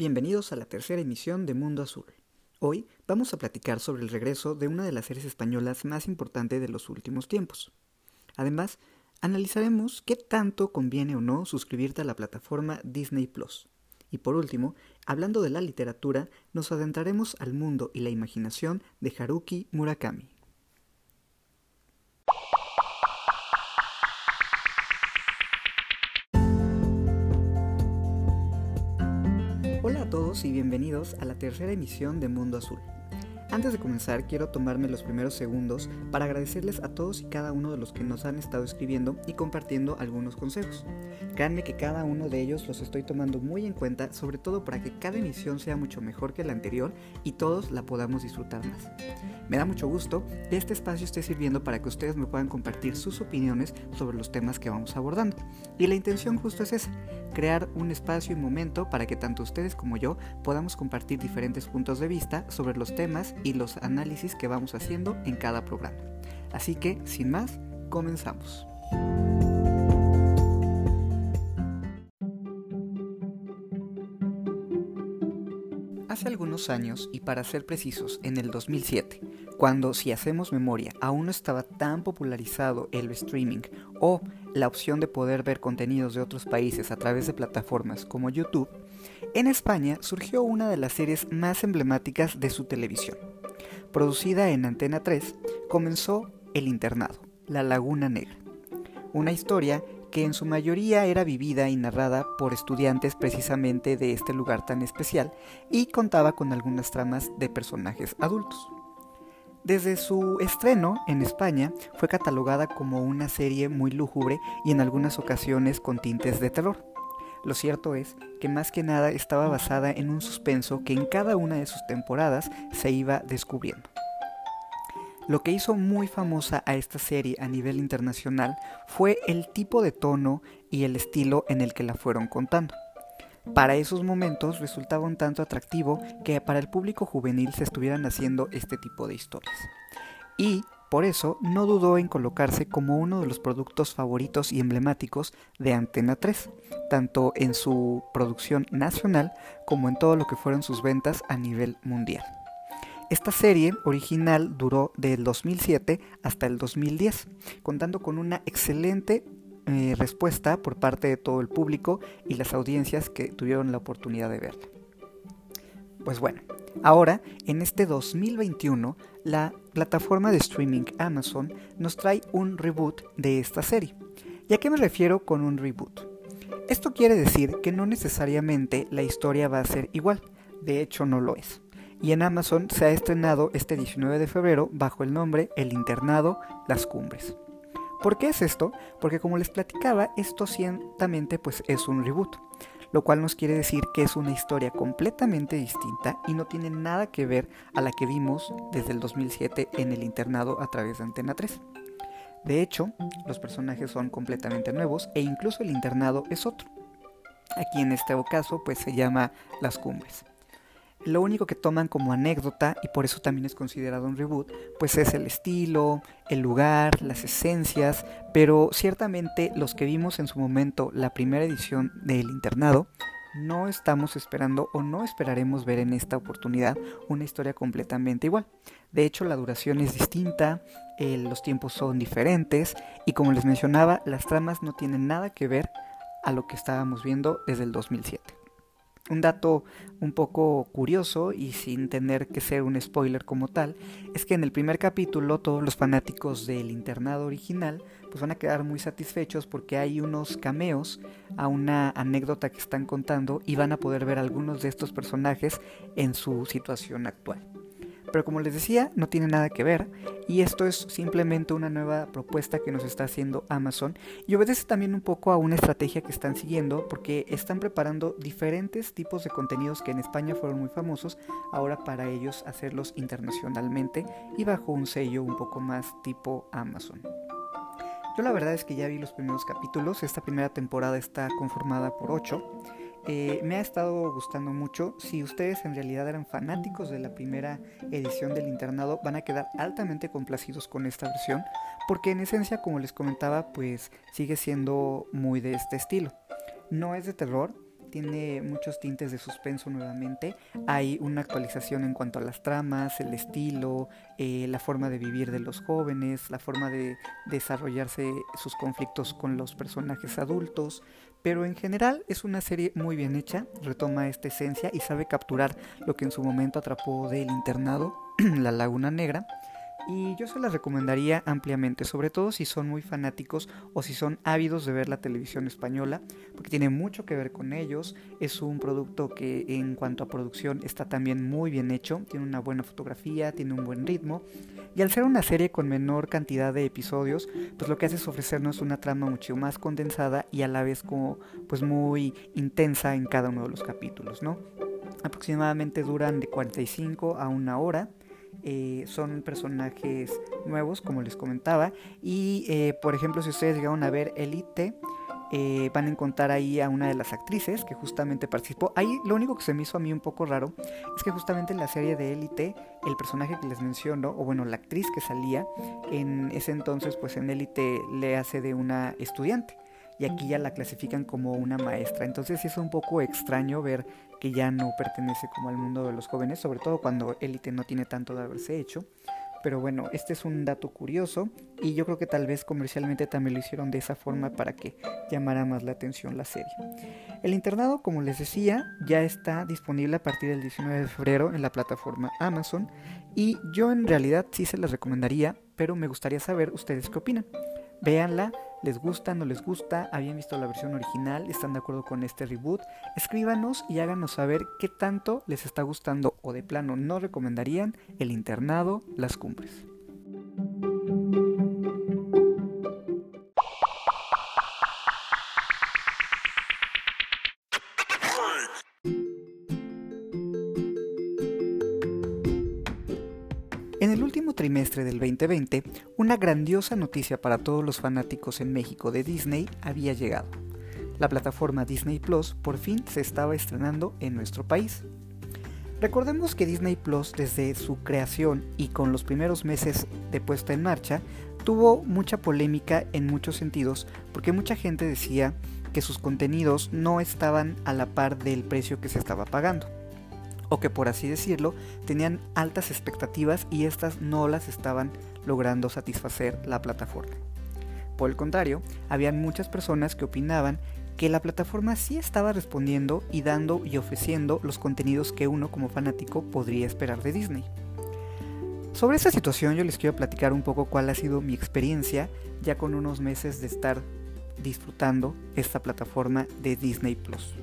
Bienvenidos a la tercera emisión de Mundo Azul. Hoy vamos a platicar sobre el regreso de una de las series españolas más importantes de los últimos tiempos. Además, analizaremos qué tanto conviene o no suscribirte a la plataforma Disney Plus. Y por último, hablando de la literatura, nos adentraremos al mundo y la imaginación de Haruki Murakami. Hola a todos y bienvenidos a la tercera emisión de Mundo Azul. Antes de comenzar, quiero tomarme los primeros segundos para agradecerles a todos y cada uno de los que nos han estado escribiendo y compartiendo algunos consejos. Créanme que cada uno de ellos los estoy tomando muy en cuenta, sobre todo para que cada emisión sea mucho mejor que la anterior y todos la podamos disfrutar más. Me da mucho gusto que este espacio esté sirviendo para que ustedes me puedan compartir sus opiniones sobre los temas que vamos abordando. Y la intención justo es esa, crear un espacio y momento para que tanto ustedes como yo podamos compartir diferentes puntos de vista sobre los temas y los análisis que vamos haciendo en cada programa. Así que, sin más, comenzamos. Hace algunos años, y para ser precisos, en el 2007, cuando, si hacemos memoria, aún no estaba tan popularizado el streaming o la opción de poder ver contenidos de otros países a través de plataformas como YouTube, en España surgió una de las series más emblemáticas de su televisión. Producida en Antena 3, comenzó El Internado, La Laguna Negra, una historia que en su mayoría era vivida y narrada por estudiantes precisamente de este lugar tan especial y contaba con algunas tramas de personajes adultos. Desde su estreno en España fue catalogada como una serie muy lúgubre y en algunas ocasiones con tintes de terror. Lo cierto es que más que nada estaba basada en un suspenso que en cada una de sus temporadas se iba descubriendo. Lo que hizo muy famosa a esta serie a nivel internacional fue el tipo de tono y el estilo en el que la fueron contando. Para esos momentos resultaba un tanto atractivo que para el público juvenil se estuvieran haciendo este tipo de historias. Y por eso no dudó en colocarse como uno de los productos favoritos y emblemáticos de Antena 3, tanto en su producción nacional como en todo lo que fueron sus ventas a nivel mundial. Esta serie original duró del 2007 hasta el 2010, contando con una excelente respuesta por parte de todo el público y las audiencias que tuvieron la oportunidad de verla. Pues bueno, ahora en este 2021 la plataforma de streaming Amazon nos trae un reboot de esta serie. ¿Y a qué me refiero con un reboot? Esto quiere decir que no necesariamente la historia va a ser igual, de hecho no lo es. Y en Amazon se ha estrenado este 19 de febrero bajo el nombre El Internado, Las Cumbres. ¿Por qué es esto? Porque como les platicaba, esto ciertamente pues es un reboot, lo cual nos quiere decir que es una historia completamente distinta y no tiene nada que ver a la que vimos desde el 2007 en El Internado a través de Antena 3. De hecho, los personajes son completamente nuevos e incluso el internado es otro. Aquí en este caso pues se llama Las Cumbres. Lo único que toman como anécdota, y por eso también es considerado un reboot, pues es el estilo, el lugar, las esencias, pero ciertamente los que vimos en su momento la primera edición del Internado, no estamos esperando o no esperaremos ver en esta oportunidad una historia completamente igual. De hecho, la duración es distinta, los tiempos son diferentes, y como les mencionaba, las tramas no tienen nada que ver a lo que estábamos viendo desde el 2007. Un dato un poco curioso y sin tener que ser un spoiler como tal, es que en el primer capítulo todos los fanáticos del Internado original pues van a quedar muy satisfechos porque hay unos cameos a una anécdota que están contando y van a poder ver algunos de estos personajes en su situación actual. Pero como les decía, no tiene nada que ver y esto es simplemente una nueva propuesta que nos está haciendo Amazon y obedece también un poco a una estrategia que están siguiendo porque están preparando diferentes tipos de contenidos que en España fueron muy famosos, ahora para ellos hacerlos internacionalmente y bajo un sello un poco más tipo Amazon. Yo la verdad es que ya vi los primeros capítulos, esta primera temporada está conformada por 8. Me ha estado gustando mucho. Si ustedes en realidad eran fanáticos de la primera edición del Internado, van a quedar altamente complacidos con esta versión, porque en esencia, como les comentaba, pues sigue siendo muy de este estilo. No es de terror, tiene muchos tintes de suspenso nuevamente. Hay una actualización en cuanto a las tramas, el estilo, la forma de vivir de los jóvenes, la forma de desarrollarse sus conflictos con los personajes adultos. Pero en general es una serie muy bien hecha, retoma esta esencia y sabe capturar lo que en su momento atrapó del internado, La Laguna Negra. Y yo se las recomendaría ampliamente, sobre todo si son muy fanáticos o si son ávidos de ver la televisión española, porque tiene mucho que ver con ellos. Es un producto que en cuanto a producción está también muy bien hecho, tiene una buena fotografía, tiene un buen ritmo, y al ser una serie con menor cantidad de episodios, pues lo que hace es ofrecernos una trama mucho más condensada y a la vez como pues muy intensa en cada uno de los capítulos, ¿no? Aproximadamente duran de 45 a una hora. Son personajes nuevos, como les comentaba, y por ejemplo, si ustedes llegaron a ver Elite, van a encontrar ahí a una de las actrices que justamente participó. Ahí lo único que se me hizo a mí un poco raro es que justamente en la serie de Elite, el personaje que les menciono, o bueno, la actriz que salía en ese entonces, pues en Elite le hace de una estudiante, y aquí ya la clasifican como una maestra. Entonces sí es un poco extraño ver que ya no pertenece como al mundo de los jóvenes, sobre todo cuando Élite no tiene tanto de haberse hecho. Pero bueno, este es un dato curioso y yo creo que tal vez comercialmente también lo hicieron de esa forma para que llamara más la atención la serie. El internado, como les decía, ya está disponible a partir del 19 de febrero en la plataforma Amazon, y yo en realidad sí se las recomendaría, pero me gustaría saber ustedes qué opinan. Véanla, ¿les gusta, no les gusta? ¿Habían visto la versión original? ¿Están de acuerdo con este reboot? Escríbanos y háganos saber qué tanto les está gustando o de plano no recomendarían El internado, Las Cumbres. En el último trimestre del 2020, una grandiosa noticia para todos los fanáticos en México de Disney había llegado. La plataforma Disney Plus por fin se estaba estrenando en nuestro país. Recordemos que Disney Plus, desde su creación y con los primeros meses de puesta en marcha, tuvo mucha polémica en muchos sentidos, porque mucha gente decía que sus contenidos no estaban a la par del precio que se estaba pagando, o que, por así decirlo, tenían altas expectativas y estas no las estaban logrando satisfacer la plataforma. Por el contrario, habían muchas personas que opinaban que la plataforma sí estaba respondiendo y dando y ofreciendo los contenidos que uno como fanático podría esperar de Disney. Sobre esta situación yo les quiero platicar un poco cuál ha sido mi experiencia ya con unos meses de estar disfrutando esta plataforma de Disney Plus.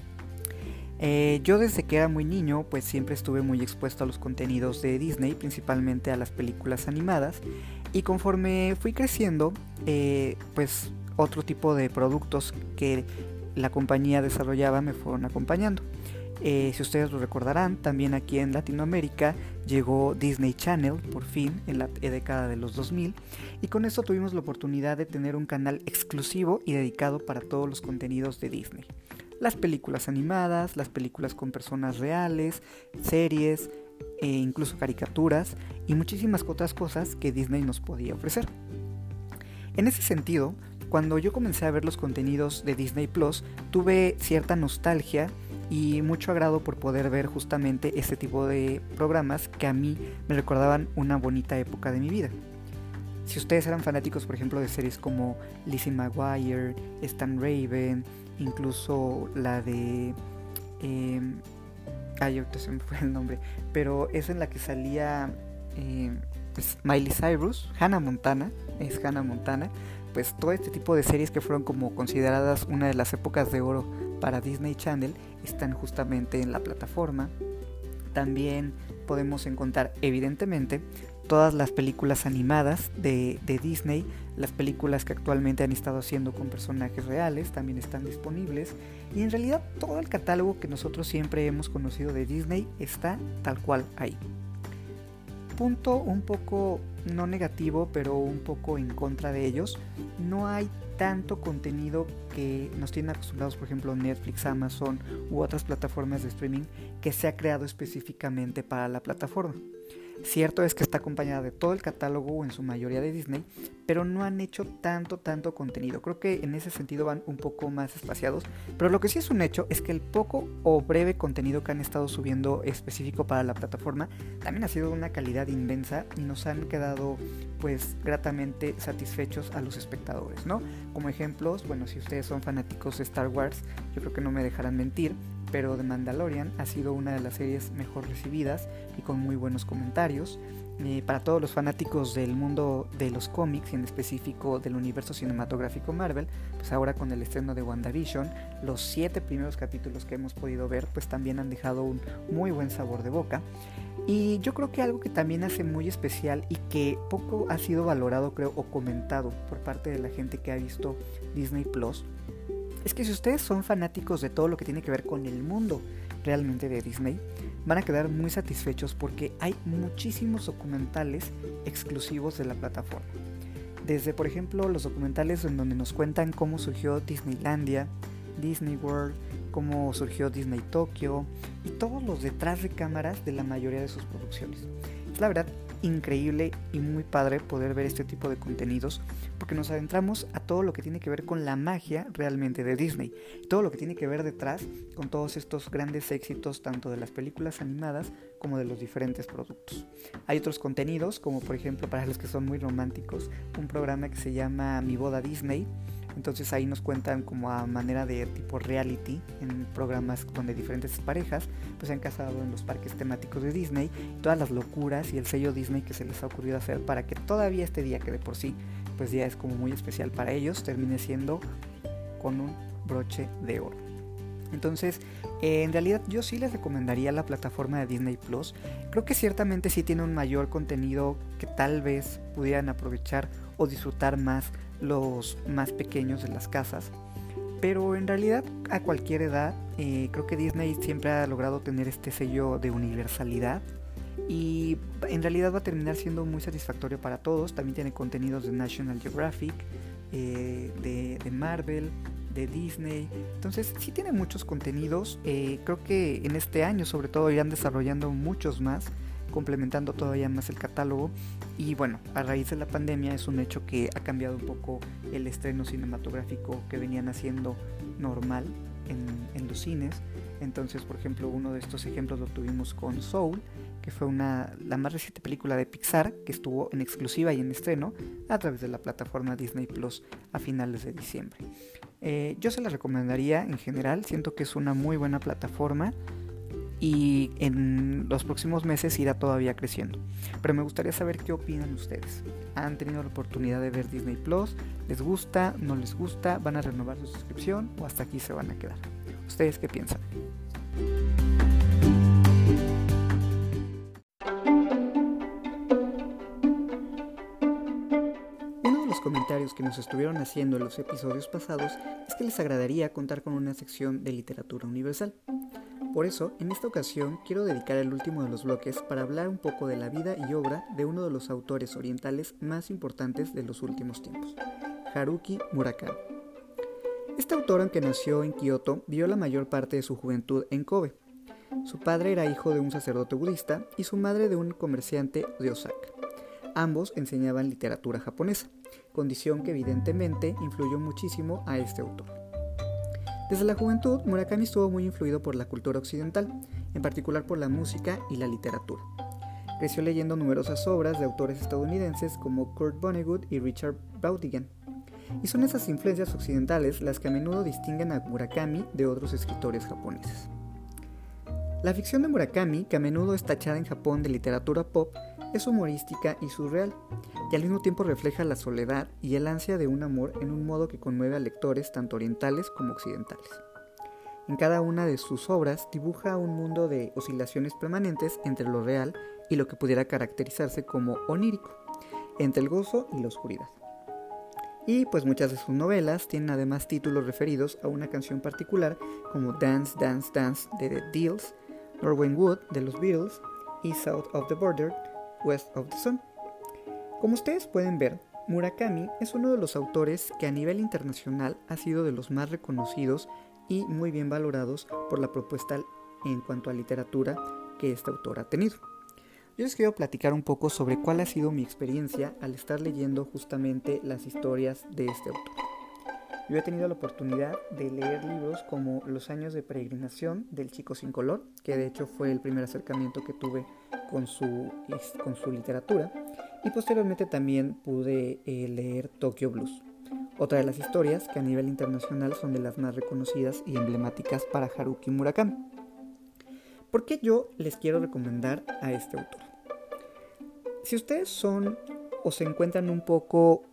Yo desde que era muy niño pues siempre estuve muy expuesto a los contenidos de Disney, principalmente a las películas animadas, y conforme fui creciendo pues otro tipo de productos que la compañía desarrollaba me fueron acompañando. Si ustedes lo recordarán, también aquí en Latinoamérica llegó Disney Channel por fin en la década de los 2000, y con esto tuvimos la oportunidad de tener un canal exclusivo y dedicado para todos los contenidos de Disney. Las películas animadas, las películas con personas reales, series, incluso caricaturas y muchísimas otras cosas que Disney nos podía ofrecer. En ese sentido, cuando yo comencé a ver los contenidos de Disney Plus, tuve cierta nostalgia y mucho agrado por poder ver justamente este tipo de programas que a mí me recordaban una bonita época de mi vida. Si ustedes eran fanáticos, por ejemplo, de series como Lizzie McGuire, Stan Raven, incluso la de... ahorita se me fue el nombre, pero es en la que salía Miley Cyrus, Hannah Montana, pues todo este tipo de series que fueron como consideradas una de las épocas de oro para Disney Channel están justamente en la plataforma. También podemos encontrar evidentemente todas las películas animadas de Disney, las películas que actualmente han estado haciendo con personajes reales también están disponibles, y en realidad todo el catálogo que nosotros siempre hemos conocido de Disney está tal cual ahí. Punto un poco no negativo, pero un poco en contra de ellos: no hay tanto contenido que nos tienen acostumbrados, por ejemplo Netflix, Amazon u otras plataformas de streaming, que se ha creado específicamente para la plataforma. Cierto es que está acompañada de todo el catálogo, en su mayoría de Disney, pero no han hecho tanto contenido. Creo que en ese sentido van un poco más espaciados, pero lo que sí es un hecho es que el poco o breve contenido que han estado subiendo específico para la plataforma también ha sido de una calidad inmensa y nos han quedado pues gratamente satisfechos a los espectadores, ¿no? Como ejemplos, bueno, si ustedes son fanáticos de Star Wars, yo creo que no me dejarán mentir, pero The Mandalorian ha sido una de las series mejor recibidas y con muy buenos comentarios. Para todos los fanáticos del mundo de los cómics y en específico del universo cinematográfico Marvel, pues ahora con el estreno de WandaVision, los 7 primeros capítulos que hemos podido ver pues también han dejado un muy buen sabor de boca. Y yo creo que algo que también hace muy especial y que poco ha sido valorado, creo, o comentado por parte de la gente que ha visto Disney Plus, es que si ustedes son fanáticos de todo lo que tiene que ver con el mundo realmente de Disney, van a quedar muy satisfechos porque hay muchísimos documentales exclusivos de la plataforma. Desde, por ejemplo, los documentales en donde nos cuentan cómo surgió Disneylandia, Disney World, cómo surgió Disney Tokyo y todos los detrás de cámaras de la mayoría de sus producciones. Es la verdad increíble y muy padre poder ver este tipo de contenidos porque nos adentramos a todo lo que tiene que ver con la magia realmente de Disney, todo lo que tiene que ver detrás con todos estos grandes éxitos tanto de las películas animadas como de los diferentes productos. Hay otros contenidos como por ejemplo para los que son muy románticos, un programa que se llama Mi Boda Disney. Entonces ahí nos cuentan como a manera de tipo reality en programas donde diferentes parejas pues se han casado en los parques temáticos de Disney, todas las locuras y el sello Disney que se les ha ocurrido hacer para que todavía este día que de por sí pues ya es como muy especial para ellos termine siendo con un broche de oro. Entonces, en realidad yo sí les recomendaría la plataforma de Disney Plus. Creo que ciertamente sí tiene un mayor contenido que tal vez pudieran aprovechar o disfrutar más los más pequeños de las casas. Pero en realidad a cualquier edad, creo que Disney siempre ha logrado tener este sello de universalidad. Y en realidad va a terminar siendo muy satisfactorio para todos. También tiene contenidos de National Geographic, de Marvel, de Disney. Entonces sí tiene muchos contenidos. Creo que en este año sobre todo irán desarrollando muchos más, complementando todavía más el catálogo. Y bueno, a raíz de la pandemia es un hecho que ha cambiado un poco el estreno cinematográfico que venían haciendo normal en los cines. Entonces, por ejemplo, uno de estos ejemplos lo tuvimos con Soul, que fue la más reciente película de Pixar que estuvo en exclusiva y en estreno a través de la plataforma Disney Plus a finales de diciembre. Yo se la recomendaría en general, siento que es una muy buena plataforma y en los próximos meses irá todavía creciendo. Pero me gustaría saber qué opinan ustedes. ¿Han tenido la oportunidad de ver Disney Plus? ¿Les gusta? ¿No les gusta? ¿Van a renovar su suscripción? ¿O hasta aquí se van a quedar? ¿Ustedes qué piensan? Uno de los comentarios que nos estuvieron haciendo en los episodios pasados es que les agradaría contar con una sección de literatura universal. Por eso, en esta ocasión quiero dedicar el último de los bloques para hablar un poco de la vida y obra de uno de los autores orientales más importantes de los últimos tiempos, Haruki Murakami. Este autor, aunque nació en Kioto, vivió la mayor parte de su juventud en Kobe. Su padre era hijo de un sacerdote budista y su madre de un comerciante de Osaka. Ambos enseñaban literatura japonesa, condición que evidentemente influyó muchísimo a este autor. Desde la juventud, Murakami estuvo muy influido por la cultura occidental, en particular por la música y la literatura. Creció leyendo numerosas obras de autores estadounidenses como Kurt Vonnegut y Richard Brautigan. Y son esas influencias occidentales las que a menudo distinguen a Murakami de otros escritores japoneses. La ficción de Murakami, que a menudo es tachada en Japón de literatura pop, es humorística y surreal, y al mismo tiempo refleja la soledad y el ansia de un amor en un modo que conmueve a lectores tanto orientales como occidentales. En cada una de sus obras dibuja un mundo de oscilaciones permanentes entre lo real y lo que pudiera caracterizarse como onírico, entre el gozo y la oscuridad. Y pues muchas de sus novelas tienen además títulos referidos a una canción particular como Dance, Dance, Dance de The Deals, Norwegian Wood de los Beatles y South of the Border, West of the Sun. Como ustedes pueden ver, Murakami es uno de los autores que a nivel internacional ha sido de los más reconocidos y muy bien valorados por la propuesta en cuanto a literatura que este autor ha tenido. Yo les quiero platicar un poco sobre cuál ha sido mi experiencia al estar leyendo justamente las historias de este autor. Yo he tenido la oportunidad de leer libros como Los años de peregrinación del Chico sin color, que de hecho fue el primer acercamiento que tuve con su literatura, y posteriormente también pude leer Tokyo Blues. Otra de las historias que a nivel internacional son de las más reconocidas y emblemáticas para Haruki Murakami. ¿Por qué yo les quiero recomendar a este autor? Si ustedes son o se encuentran un poco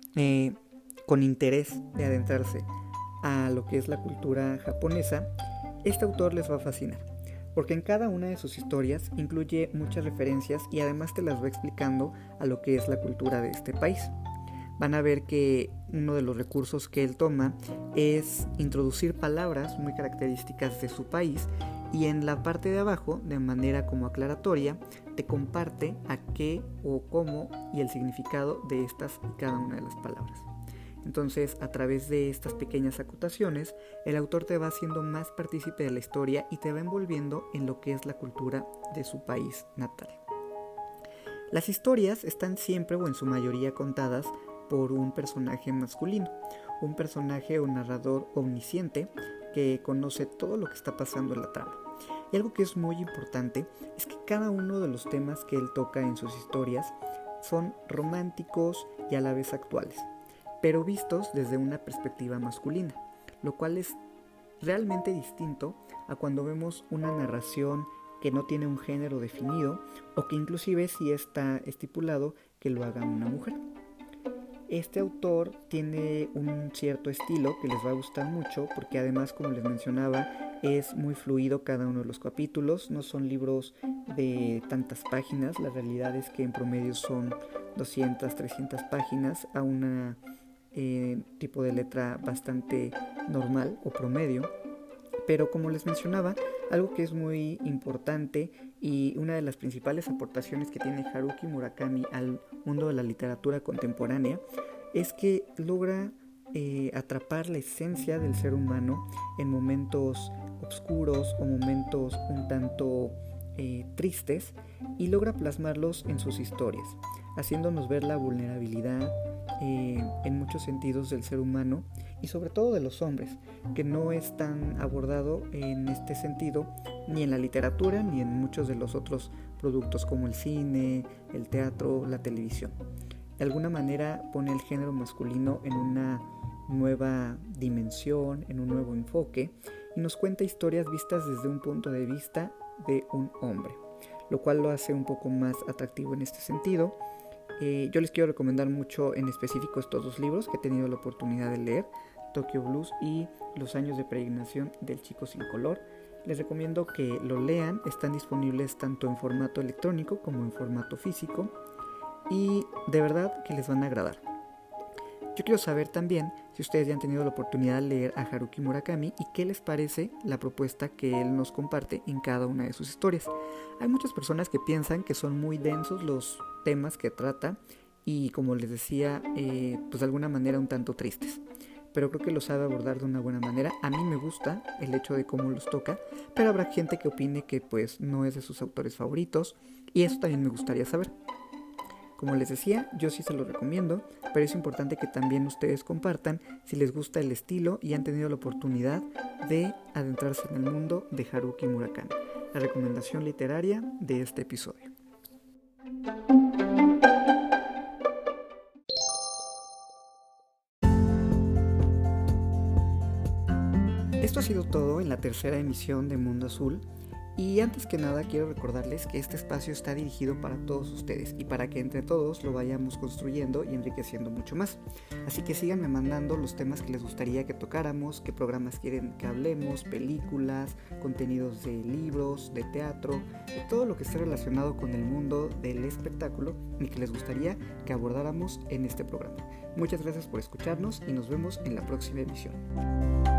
con interés de adentrarse a lo que es la cultura japonesa, este autor les va a fascinar, porque en cada una de sus historias incluye muchas referencias y además te las va explicando a lo que es la cultura de este país. Van a ver que uno de los recursos que él toma es introducir palabras muy características de su país, y en la parte de abajo, de manera como aclaratoria, te comparte a qué o cómo y el significado de estas y cada una de las palabras. Entonces, a través de estas pequeñas acotaciones, el autor te va haciendo más partícipe de la historia y te va envolviendo en lo que es la cultura de su país natal. Las historias están siempre o en su mayoría contadas por un personaje masculino, un personaje o narrador omnisciente que conoce todo lo que está pasando en la trama. Y algo que es muy importante es que cada uno de los temas que él toca en sus historias son románticos y a la vez actuales, pero vistos desde una perspectiva masculina, lo cual es realmente distinto a cuando vemos una narración que no tiene un género definido o que inclusive sí está estipulado que lo haga una mujer. Este autor tiene un cierto estilo que les va a gustar mucho porque además, como les mencionaba, es muy fluido cada uno de los capítulos. No son libros de tantas páginas, la realidad es que en promedio son 200, 300 páginas a una tipo de letra bastante normal o promedio. Pero como les mencionaba, algo que es muy importante y una de las principales aportaciones que tiene Haruki Murakami al mundo de la literatura contemporánea es que logra atrapar la esencia del ser humano en momentos oscuros o momentos un tanto tristes, y logra plasmarlos en sus historias, haciéndonos ver la vulnerabilidad en muchos sentidos del ser humano y sobre todo de los hombres, que no es tan abordado en este sentido ni en la literatura ni en muchos de los otros productos como el cine, el teatro, la televisión. De alguna manera pone el género masculino en una nueva dimensión, en un nuevo enfoque, y nos cuenta historias vistas desde un punto de vista de un hombre, lo cual lo hace un poco más atractivo en este sentido. Yo les quiero recomendar mucho en específico estos dos libros que he tenido la oportunidad de leer, Tokyo Blues y Los años de peregrinación del Chico sin color. Les recomiendo que lo lean, están disponibles tanto en formato electrónico como en formato físico y de verdad que les van a agradar. Yo quiero saber también si ustedes ya han tenido la oportunidad de leer a Haruki Murakami y qué les parece la propuesta que él nos comparte en cada una de sus historias. Hay muchas personas que piensan que son muy densos los temas que trata y, como les decía, pues de alguna manera un tanto tristes, pero creo que los sabe abordar de una buena manera. A mí me gusta el hecho de cómo los toca, pero habrá gente que opine que pues no es de sus autores favoritos, y eso también me gustaría saber. Como les decía, yo sí se los recomiendo, pero es importante que también ustedes compartan si les gusta el estilo y han tenido la oportunidad de adentrarse en el mundo de Haruki Murakami, la recomendación literaria de este episodio. Esto ha sido todo en la tercera emisión de Mundo Azul. Y antes que nada quiero recordarles que este espacio está dirigido para todos ustedes y para que entre todos lo vayamos construyendo y enriqueciendo mucho más. Así que síganme mandando los temas que les gustaría que tocáramos, qué programas quieren que hablemos, películas, contenidos de libros, de teatro, de todo lo que esté relacionado con el mundo del espectáculo y que les gustaría que abordáramos en este programa. Muchas gracias por escucharnos y nos vemos en la próxima emisión.